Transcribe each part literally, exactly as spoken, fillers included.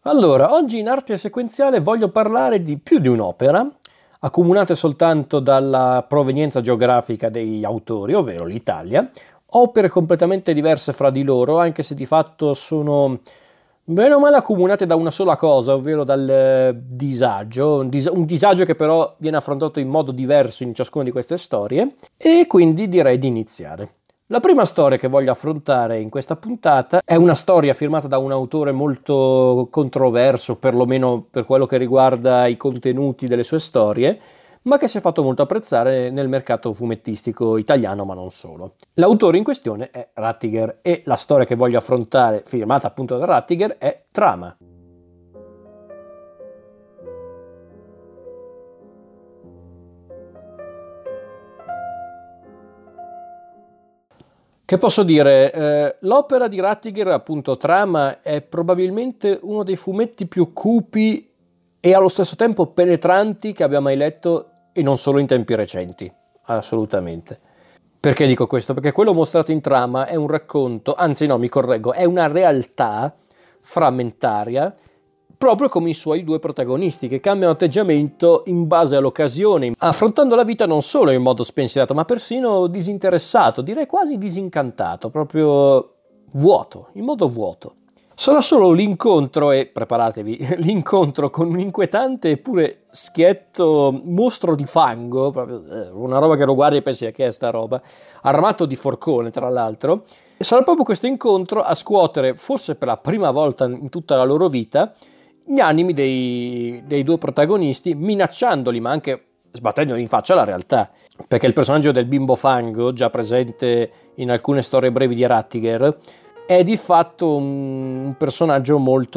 Allora, oggi in arte sequenziale voglio parlare di più di un'opera, accomunate soltanto dalla provenienza geografica degli autori, ovvero l'Italia, opere completamente diverse fra di loro, anche se di fatto sono bene o male accomunate da una sola cosa, ovvero dal eh, disagio, un, dis- un disagio che però viene affrontato in modo diverso in ciascuna di queste storie, e quindi direi di iniziare. La prima storia che voglio affrontare in questa puntata è una storia firmata da un autore molto controverso, perlomeno per quello che riguarda i contenuti delle sue storie, ma che si è fatto molto apprezzare nel mercato fumettistico italiano, ma non solo. L'autore in questione è Rattiger e la storia che voglio affrontare, firmata appunto da Rattiger, è Trama. Che posso dire? Eh, l'opera di Rattiger, appunto Trama, è probabilmente uno dei fumetti più cupi e allo stesso tempo penetranti che abbia mai letto, e non solo in tempi recenti, assolutamente. Perché dico questo? Perché quello mostrato in Trama è un racconto, anzi no, mi correggo, è una realtà frammentaria, proprio come i suoi due protagonisti, che cambiano atteggiamento in base all'occasione, affrontando la vita non solo in modo spensierato, ma persino disinteressato, direi quasi disincantato, proprio vuoto, in modo vuoto. Sarà solo l'incontro, e preparatevi, l'incontro con un inquietante eppure schietto mostro di fango, proprio una roba che lo guardi e pensi che è sta roba, armato di forcone tra l'altro. Sarà proprio questo incontro a scuotere, forse per la prima volta in tutta la loro vita, gli animi dei, dei due protagonisti, minacciandoli ma anche sbattendoli in faccia la realtà, perché il personaggio del bimbo fango, già presente in alcune storie brevi di Rattiger, è di fatto un, un personaggio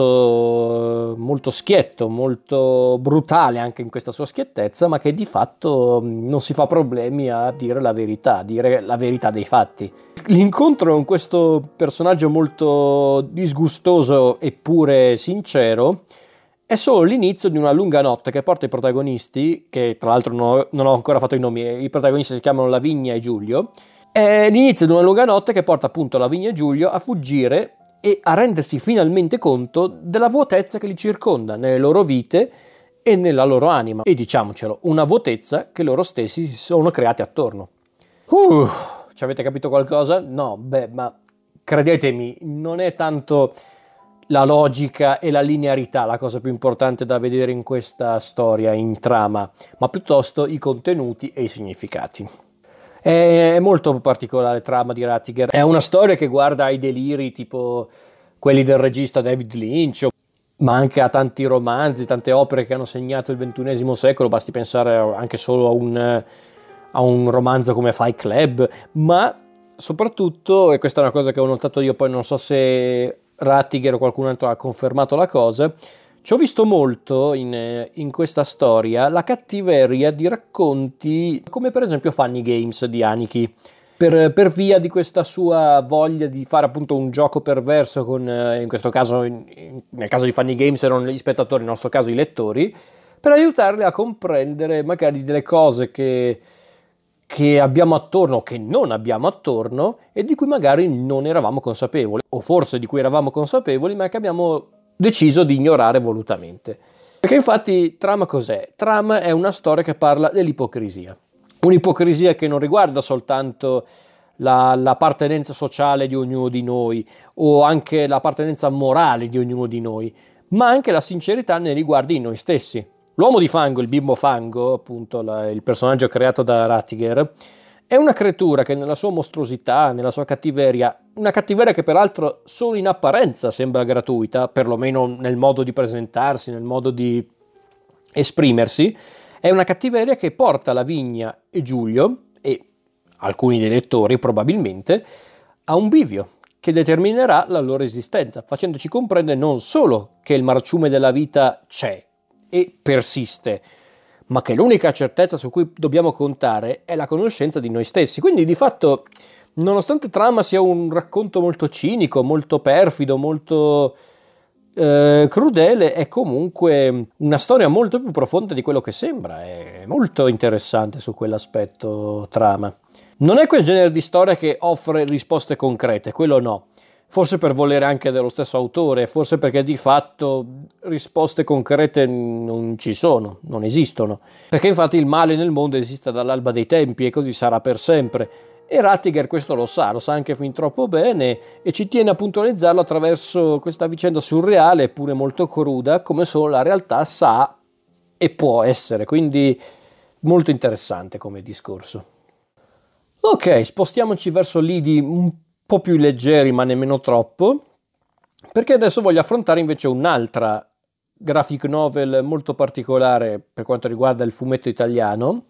molto, molto schietto, molto brutale anche in questa sua schiettezza, ma che di fatto non si fa problemi a dire la verità, a dire la verità dei fatti. L'incontro con questo personaggio molto disgustoso eppure sincero è solo l'inizio di una lunga notte che porta i protagonisti, che tra l'altro non ho, non ho ancora fatto i nomi, i protagonisti si chiamano Lavinia e Giulio, è l'inizio di una lunga notte che porta appunto Lavinia e Giulio a fuggire e a rendersi finalmente conto della vuotezza che li circonda nelle loro vite e nella loro anima. E diciamocelo, una vuotezza che loro stessi si sono creati attorno. Uh, ci avete capito qualcosa? No, beh, ma credetemi, non è tanto la logica e la linearità la cosa più importante da vedere in questa storia, in Trama, ma piuttosto i contenuti e i significati. È molto particolare Trama di Rattiger, è una storia che guarda ai deliri tipo quelli del regista David Lynch, ma anche a tanti romanzi, tante opere che hanno segnato il ventunesimo secolo, basti pensare anche solo a un, a un romanzo come Fight Club, ma soprattutto, e questa è una cosa che ho notato io, poi non so se Rattiger o qualcun altro ha confermato la cosa, ci ho visto molto in, in questa storia la cattiveria di racconti come per esempio Funny Games di Haneke, per, per via di questa sua voglia di fare appunto un gioco perverso con, in questo caso, in, nel caso di Funny Games erano gli spettatori, nel nostro caso i lettori, per aiutarli a comprendere magari delle cose che, che abbiamo attorno, che non abbiamo attorno e di cui magari non eravamo consapevoli, o forse di cui eravamo consapevoli ma che abbiamo deciso di ignorare volutamente. Perché infatti Trama cos'è? Trama è una storia che parla dell'ipocrisia. Un'ipocrisia che non riguarda soltanto la, l'appartenenza sociale di ognuno di noi o anche l'appartenenza morale di ognuno di noi, ma anche la sincerità nei riguardi di noi stessi. L'uomo di fango, il bimbo fango, appunto la, il personaggio creato da Rattiger, è una creatura che nella sua mostruosità, nella sua cattiveria, una cattiveria che peraltro solo in apparenza sembra gratuita, perlomeno nel modo di presentarsi, nel modo di esprimersi, è una cattiveria che porta Lavinia e Giulio, e alcuni dei lettori probabilmente, a un bivio che determinerà la loro esistenza, facendoci comprendere non solo che il marciume della vita c'è e persiste, ma che l'unica certezza su cui dobbiamo contare è la conoscenza di noi stessi. Quindi di fatto, nonostante Trama sia un racconto molto cinico, molto perfido, molto eh, crudele, è comunque una storia molto più profonda di quello che sembra, è molto interessante su quell'aspetto Trama. Non è quel genere di storia che offre risposte concrete, quello no. Forse per volere anche dello stesso autore, forse perché di fatto risposte concrete non ci sono, non esistono. Perché infatti il male nel mondo esiste dall'alba dei tempi e così sarà per sempre. E Rattiger questo lo sa, lo sa anche fin troppo bene e ci tiene a puntualizzarlo attraverso questa vicenda surreale, eppure molto cruda, come solo la realtà sa e può essere. Quindi molto interessante come discorso. Ok, spostiamoci verso lidi un po' più leggeri ma nemmeno troppo, perché adesso voglio affrontare invece un'altra graphic novel molto particolare per quanto riguarda il fumetto italiano,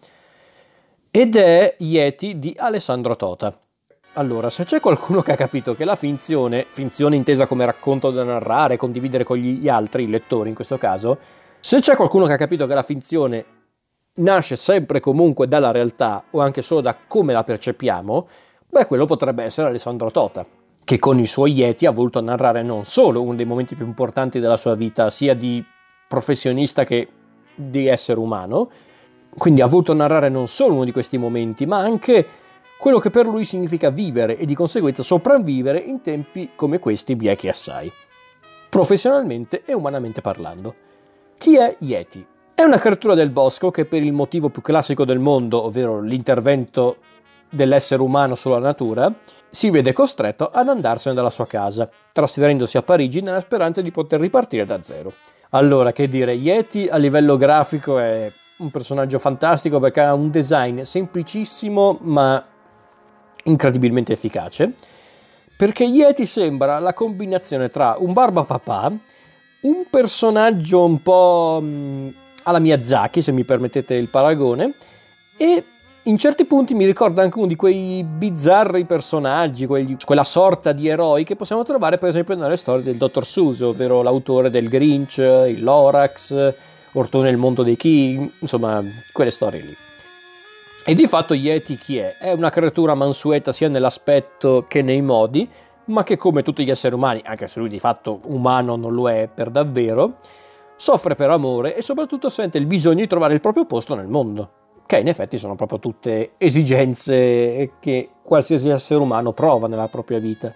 ed è Yeti di Alessandro Tota. Allora, se c'è qualcuno che ha capito che la finzione, finzione intesa come racconto da narrare, condividere con gli altri, i lettori in questo caso, se c'è qualcuno che ha capito che la finzione nasce sempre e comunque dalla realtà o anche solo da come la percepiamo, beh, quello potrebbe essere Alessandro Tota, che con i suoi Yeti ha voluto narrare non solo uno dei momenti più importanti della sua vita, sia di professionista che di essere umano, quindi ha voluto narrare non solo uno di questi momenti, ma anche quello che per lui significa vivere e di conseguenza sopravvivere in tempi come questi biechi assai, professionalmente e umanamente parlando. Chi è Yeti? È una creatura del bosco che per il motivo più classico del mondo, ovvero l'intervento dell'essere umano sulla natura, si vede costretto ad andarsene dalla sua casa, trasferendosi a Parigi nella speranza di poter ripartire da zero. Allora, che dire, Yeti a livello grafico è un personaggio fantastico perché ha un design semplicissimo ma incredibilmente efficace, perché Yeti sembra la combinazione tra un barbapapà, un personaggio un po' mh, alla Miyazaki, se mi permettete il paragone, e in certi punti mi ricorda anche uno di quei bizzarri personaggi, quegli, quella sorta di eroi che possiamo trovare per esempio nelle storie del dottor Seuss, ovvero l'autore del Grinch, il Lorax, Ortone il mondo dei Chi, insomma quelle storie lì. E di fatto Yeti chi è? È una creatura mansueta sia nell'aspetto che nei modi, ma che come tutti gli esseri umani, anche se lui di fatto umano non lo è per davvero, soffre per amore e soprattutto sente il bisogno di trovare il proprio posto nel mondo, che in effetti sono proprio tutte esigenze che qualsiasi essere umano prova nella propria vita.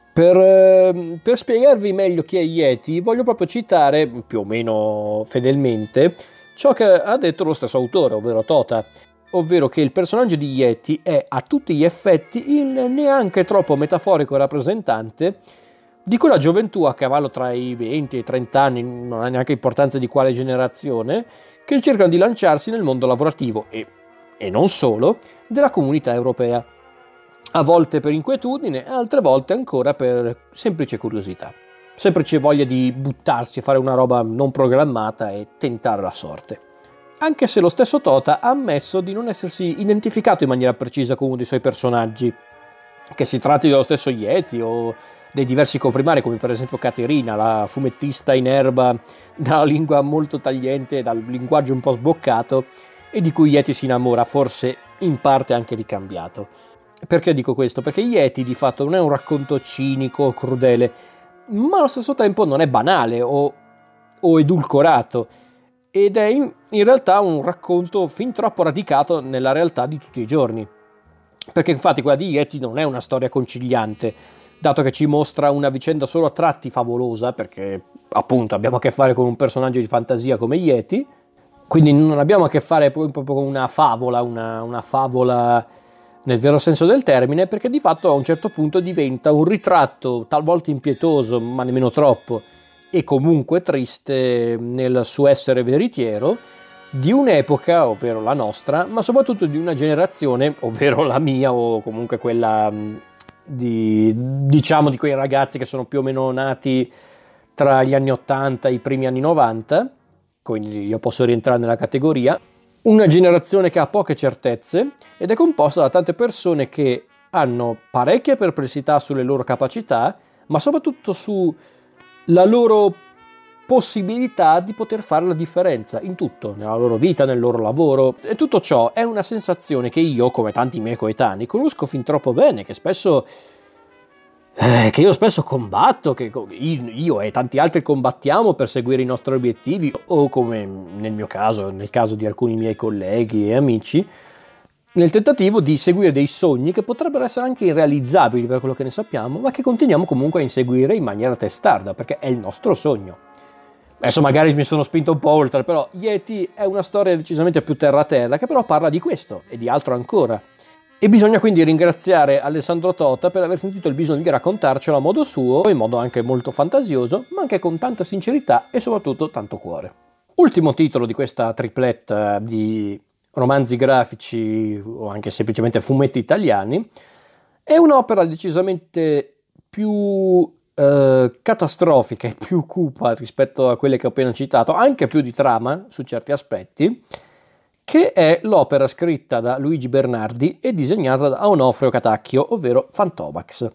Per, per spiegarvi meglio chi è Yeti, voglio proprio citare, più o meno fedelmente, ciò che ha detto lo stesso autore, ovvero Tota, ovvero che il personaggio di Yeti è a tutti gli effetti il neanche troppo metaforico rappresentante di quella gioventù a cavallo tra i venti e i trenta anni, non ha neanche importanza di quale generazione, che cercano di lanciarsi nel mondo lavorativo e, e non solo, della comunità europea. A volte per inquietudine, altre volte ancora per semplice curiosità. Semplice voglia di buttarsi a fare una roba non programmata e tentare la sorte. Anche se lo stesso Tota ha ammesso di non essersi identificato in maniera precisa con uno dei suoi personaggi, che si tratti dello stesso Yeti o dei diversi comprimari, come per esempio Caterina, la fumettista in erba dalla lingua molto tagliente, dal linguaggio un po' sboccato, e di cui Yeti si innamora, forse in parte anche ricambiato. Perché dico questo? Perché Yeti di fatto non è un racconto cinico o crudele, ma allo stesso tempo non è banale o, o edulcorato, ed è in, in realtà un racconto fin troppo radicato nella realtà di tutti i giorni. Perché infatti quella di Yeti non è una storia conciliante, dato che ci mostra una vicenda solo a tratti favolosa, perché appunto abbiamo a che fare con un personaggio di fantasia come Yeti, quindi non abbiamo a che fare proprio con una favola, una, una favola nel vero senso del termine, perché di fatto a un certo punto diventa un ritratto talvolta impietoso, ma nemmeno troppo, e comunque triste nel suo essere veritiero, di un'epoca, ovvero la nostra, ma soprattutto di una generazione, ovvero la mia o comunque quella di, diciamo, di quei ragazzi che sono più o meno nati tra gli anni ottanta e i primi anni novanta, quindi io posso rientrare nella categoria. Una generazione che ha poche certezze ed è composta da tante persone che hanno parecchie perplessità sulle loro capacità, ma soprattutto sulla loro possibilità di poter fare la differenza in tutto, nella loro vita, nel loro lavoro. E tutto ciò è una sensazione che io, come tanti miei coetanei, conosco fin troppo bene, che spesso Eh, che io spesso combatto, che io e tanti altri combattiamo per seguire i nostri obiettivi, o come nel mio caso, nel caso di alcuni miei colleghi e amici, nel tentativo di seguire dei sogni che potrebbero essere anche irrealizzabili per quello che ne sappiamo, ma che continuiamo comunque a inseguire in maniera testarda, perché è il nostro sogno. Adesso magari mi sono spinto un po' oltre, però Yeti è una storia decisamente più terra-terra, che però parla di questo e di altro ancora. E bisogna quindi ringraziare Alessandro Tota per aver sentito il bisogno di raccontarcelo a modo suo, in modo anche molto fantasioso, ma anche con tanta sincerità e soprattutto tanto cuore. Ultimo titolo di questa tripletta di romanzi grafici o anche semplicemente fumetti italiani, è un'opera decisamente più eh, catastrofica e più cupa rispetto a quelle che ho appena citato, anche più di trama su certi aspetti, che è l'opera scritta da Luigi Bernardi e disegnata da Onofrio Catacchio, ovvero Fantomax.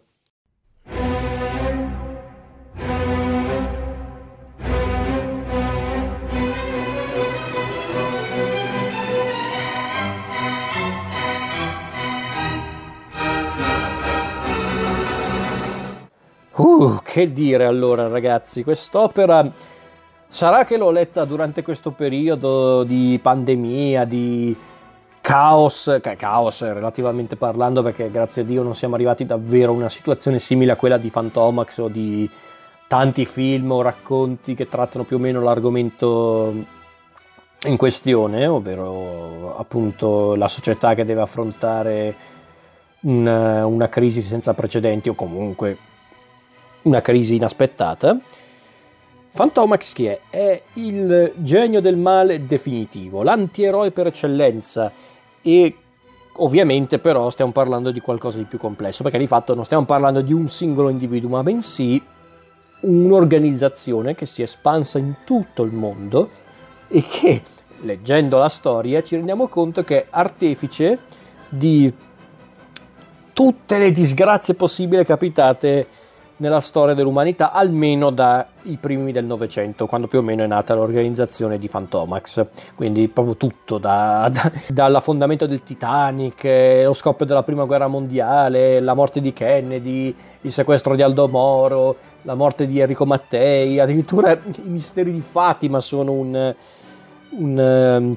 Uh, che dire allora ragazzi, quest'opera sarà che l'ho letta durante questo periodo di pandemia, di caos, caos relativamente parlando, perché grazie a Dio non siamo arrivati davvero a una situazione simile a quella di Fantomax o di tanti film o racconti che trattano più o meno l'argomento in questione, ovvero appunto la società che deve affrontare una, una crisi senza precedenti o comunque una crisi inaspettata. Fantomax chi è? È il genio del male definitivo, l'antieroe per eccellenza, e ovviamente però stiamo parlando di qualcosa di più complesso, perché di fatto non stiamo parlando di un singolo individuo, ma bensì un'organizzazione che si è espansa in tutto il mondo e che, leggendo la storia, ci rendiamo conto che è artefice di tutte le disgrazie possibili capitate nella storia dell'umanità, almeno dai primi del Novecento, quando più o meno è nata l'organizzazione di Fantomax. Quindi proprio tutto, da, da, dall'affondamento del Titanic, lo scoppio della Prima Guerra Mondiale, la morte di Kennedy, il sequestro di Aldo Moro, la morte di Enrico Mattei, addirittura i misteri di Fatima sono un, un,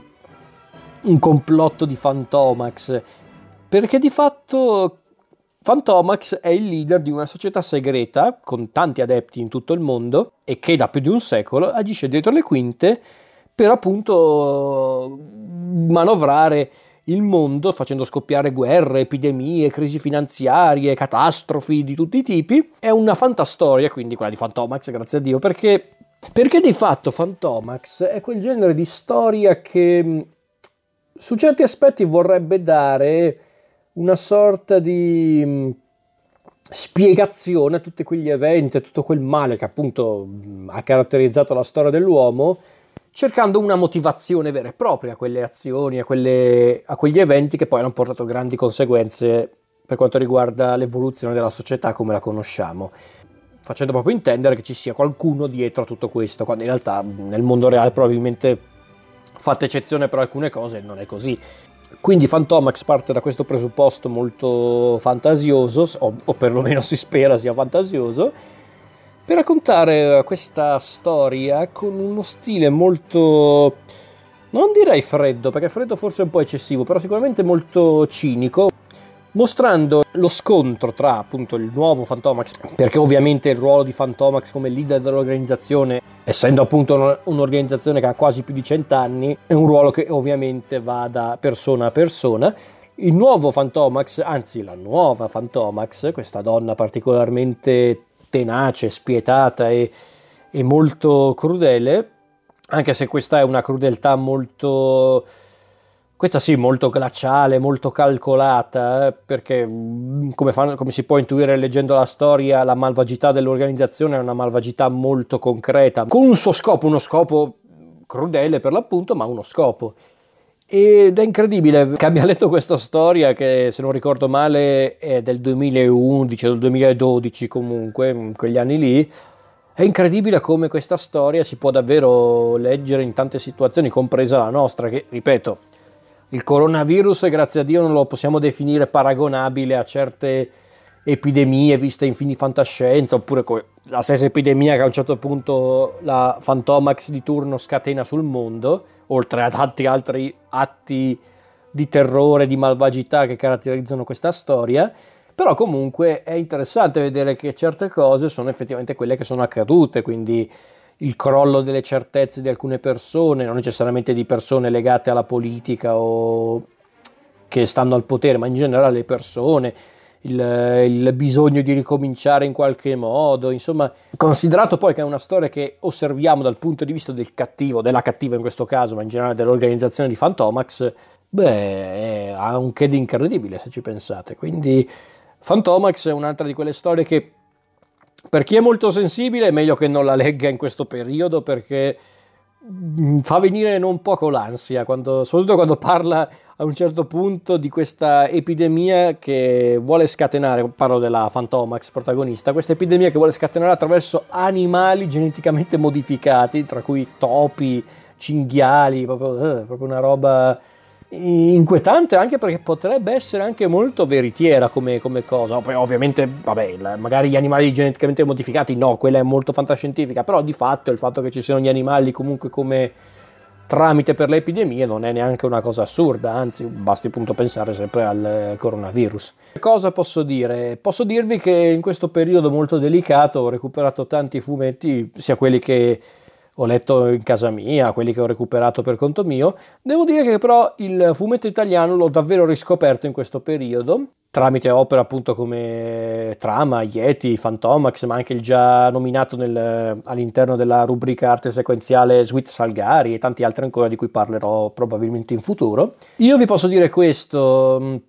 un complotto di Fantomax, perché di fatto Fantomax è il leader di una società segreta con tanti adepti in tutto il mondo e che da più di un secolo agisce dietro le quinte per appunto manovrare il mondo, facendo scoppiare guerre, epidemie, crisi finanziarie, catastrofi di tutti i tipi. È una fantastoria, quindi quella di Fantomax, grazie a Dio, perché, perché di fatto Fantomax è quel genere di storia che su certi aspetti vorrebbe dare una sorta di spiegazione a tutti quegli eventi, a tutto quel male che appunto ha caratterizzato la storia dell'uomo, cercando una motivazione vera e propria a quelle azioni, a, quelle, a quegli eventi che poi hanno portato grandi conseguenze per quanto riguarda l'evoluzione della società come la conosciamo, facendo proprio intendere che ci sia qualcuno dietro a tutto questo, quando in realtà nel mondo reale probabilmente, fatta eccezione per alcune cose, non è così. Quindi Fantomax parte da questo presupposto molto fantasioso, o, o perlomeno si spera sia fantasioso, per raccontare questa storia con uno stile molto, non direi freddo, perché freddo forse è un po' eccessivo, però sicuramente molto cinico, mostrando lo scontro tra appunto il nuovo Fantomax, perché ovviamente il ruolo di Fantomax come leader dell'organizzazione, essendo appunto un'organizzazione che ha quasi più di cent'anni, è un ruolo che ovviamente va da persona a persona. Il nuovo Fantomax, anzi la nuova Fantomax, questa donna particolarmente tenace, spietata e, e molto crudele, anche se questa è una crudeltà molto... Questa sì, molto glaciale, molto calcolata, eh, perché come, fan, come si può intuire leggendo la storia, la malvagità dell'organizzazione è una malvagità molto concreta, con un suo scopo, uno scopo crudele per l'appunto, ma uno scopo. Ed è incredibile che abbia letto questa storia, che se non ricordo male è del duemilaundici o del duemiladodici comunque, in quegli anni lì. È incredibile come questa storia si può davvero leggere in tante situazioni, compresa la nostra, che, ripeto, il coronavirus, grazie a Dio, non lo possiamo definire paragonabile a certe epidemie viste in film di fantascienza, oppure la stessa epidemia che a un certo punto la Fantomax di turno scatena sul mondo, oltre a tanti altri atti di terrore, di malvagità che caratterizzano questa storia, però comunque è interessante vedere che certe cose sono effettivamente quelle che sono accadute, quindi il crollo delle certezze di alcune persone, non necessariamente di persone legate alla politica o che stanno al potere, ma in generale le persone, il, il bisogno di ricominciare in qualche modo, insomma, considerato poi che è una storia che osserviamo dal punto di vista del cattivo, della cattiva in questo caso, ma in generale dell'organizzazione di Fantomax, beh, ha un che di incredibile se ci pensate. Quindi Fantomax è un'altra di quelle storie che per chi è molto sensibile è meglio che non la legga in questo periodo, perché fa venire non poco l'ansia, quando, soprattutto quando parla a un certo punto di questa epidemia che vuole scatenare, parlo della Fantomax protagonista, questa epidemia che vuole scatenare attraverso animali geneticamente modificati, tra cui topi, cinghiali, proprio, eh, proprio una roba inquietante, anche perché potrebbe essere anche molto veritiera come, come cosa. Poi ovviamente, vabbè, magari gli animali geneticamente modificati no, quella è molto fantascientifica, però di fatto il fatto che ci siano gli animali comunque come tramite per le epidemie non è neanche una cosa assurda, anzi basti appunto pensare sempre al coronavirus. Cosa posso dire? Posso dirvi che in questo periodo molto delicato ho recuperato tanti fumetti, sia quelli che ho letto in casa mia, quelli che ho recuperato per conto mio. Devo dire che però il fumetto italiano l'ho davvero riscoperto in questo periodo, tramite opere appunto come Trama, Yeti, Fantomax, ma anche il già nominato nel, all'interno della rubrica arte sequenziale Sweet Salgari e tanti altri ancora di cui parlerò probabilmente in futuro. Io vi posso dire questo,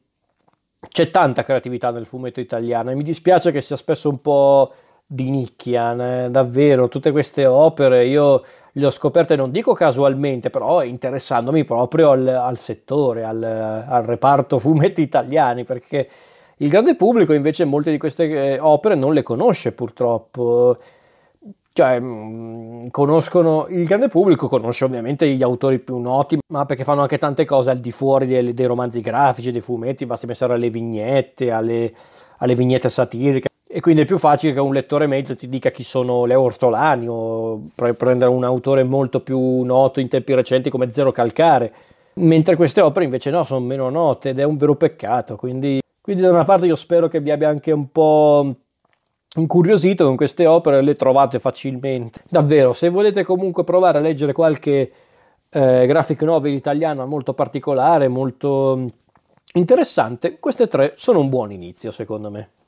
c'è tanta creatività nel fumetto italiano e mi dispiace che sia spesso un po' di nicchia, davvero, tutte queste opere io le ho scoperte, non dico casualmente, però interessandomi proprio al, al settore, al, al reparto fumetti italiani, perché il grande pubblico invece molte di queste opere non le conosce purtroppo. Cioè, mh, conoscono, il grande pubblico conosce ovviamente gli autori più noti, ma perché fanno anche tante cose al di fuori dei, dei romanzi grafici, dei fumetti, basti pensare alle vignette, alle, alle vignette satiriche. E quindi è più facile che un lettore medio ti dica chi sono le Ortolani o pre- prendere un autore molto più noto in tempi recenti come Zero Calcare, mentre queste opere invece no, sono meno note ed è un vero peccato. Quindi, quindi da una parte io spero che vi abbia anche un po' incuriosito con queste opere, le trovate facilmente. Davvero, se volete comunque provare a leggere qualche eh, graphic novel italiano molto particolare, molto interessante, queste tre sono un buon inizio secondo me.